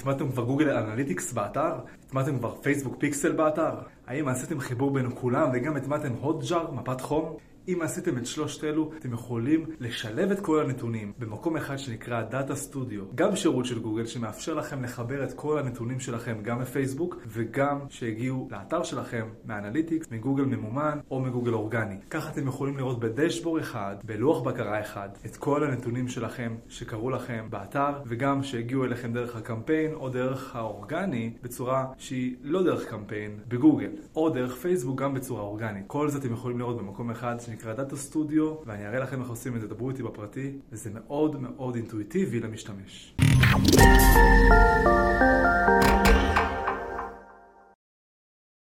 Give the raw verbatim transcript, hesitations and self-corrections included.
הטמעתם כבר גוגל אנליטיקס באתר? הטמעתם כבר פייסבוק פיקסל באתר? האם עשיתם חיבור בין כולם וגם הטמעתם הוטג'אר, מפת חום? אם עשיתם את שלושת אלו, אתם יכולים לשלב את כל הנתונים במקום אחד שנקרא דאטה סטודיו. גם שירות של גוגל שמאפשר לכם לחבר את כל הנתונים שלכם גם לפייסבוק, וגם שהגיעו לאתר שלכם מאנליטיקס, מגוגל ממומן או מגוגל אורגני. ככה אתם יכולים לראות בדשבורד אחד, בלוח בקרה אחד, את כל הנתונים שלכם שקרו לכם באתר, וגם שהגיעו אליכם דרך הקמפיין או דרך האורגני בצורה שהיא לא דרך קמפיין בגוגל, או דרך פייסבוק גם בצורה אורגנית. כל זה אתם יכולים לראות במקום אחד שנקרא דאטה סטודיו, ואני אראה לכם איך עושים את זה, דברו איתי בפרטי, וזה מאוד מאוד אינטואיטיבי למשתמש.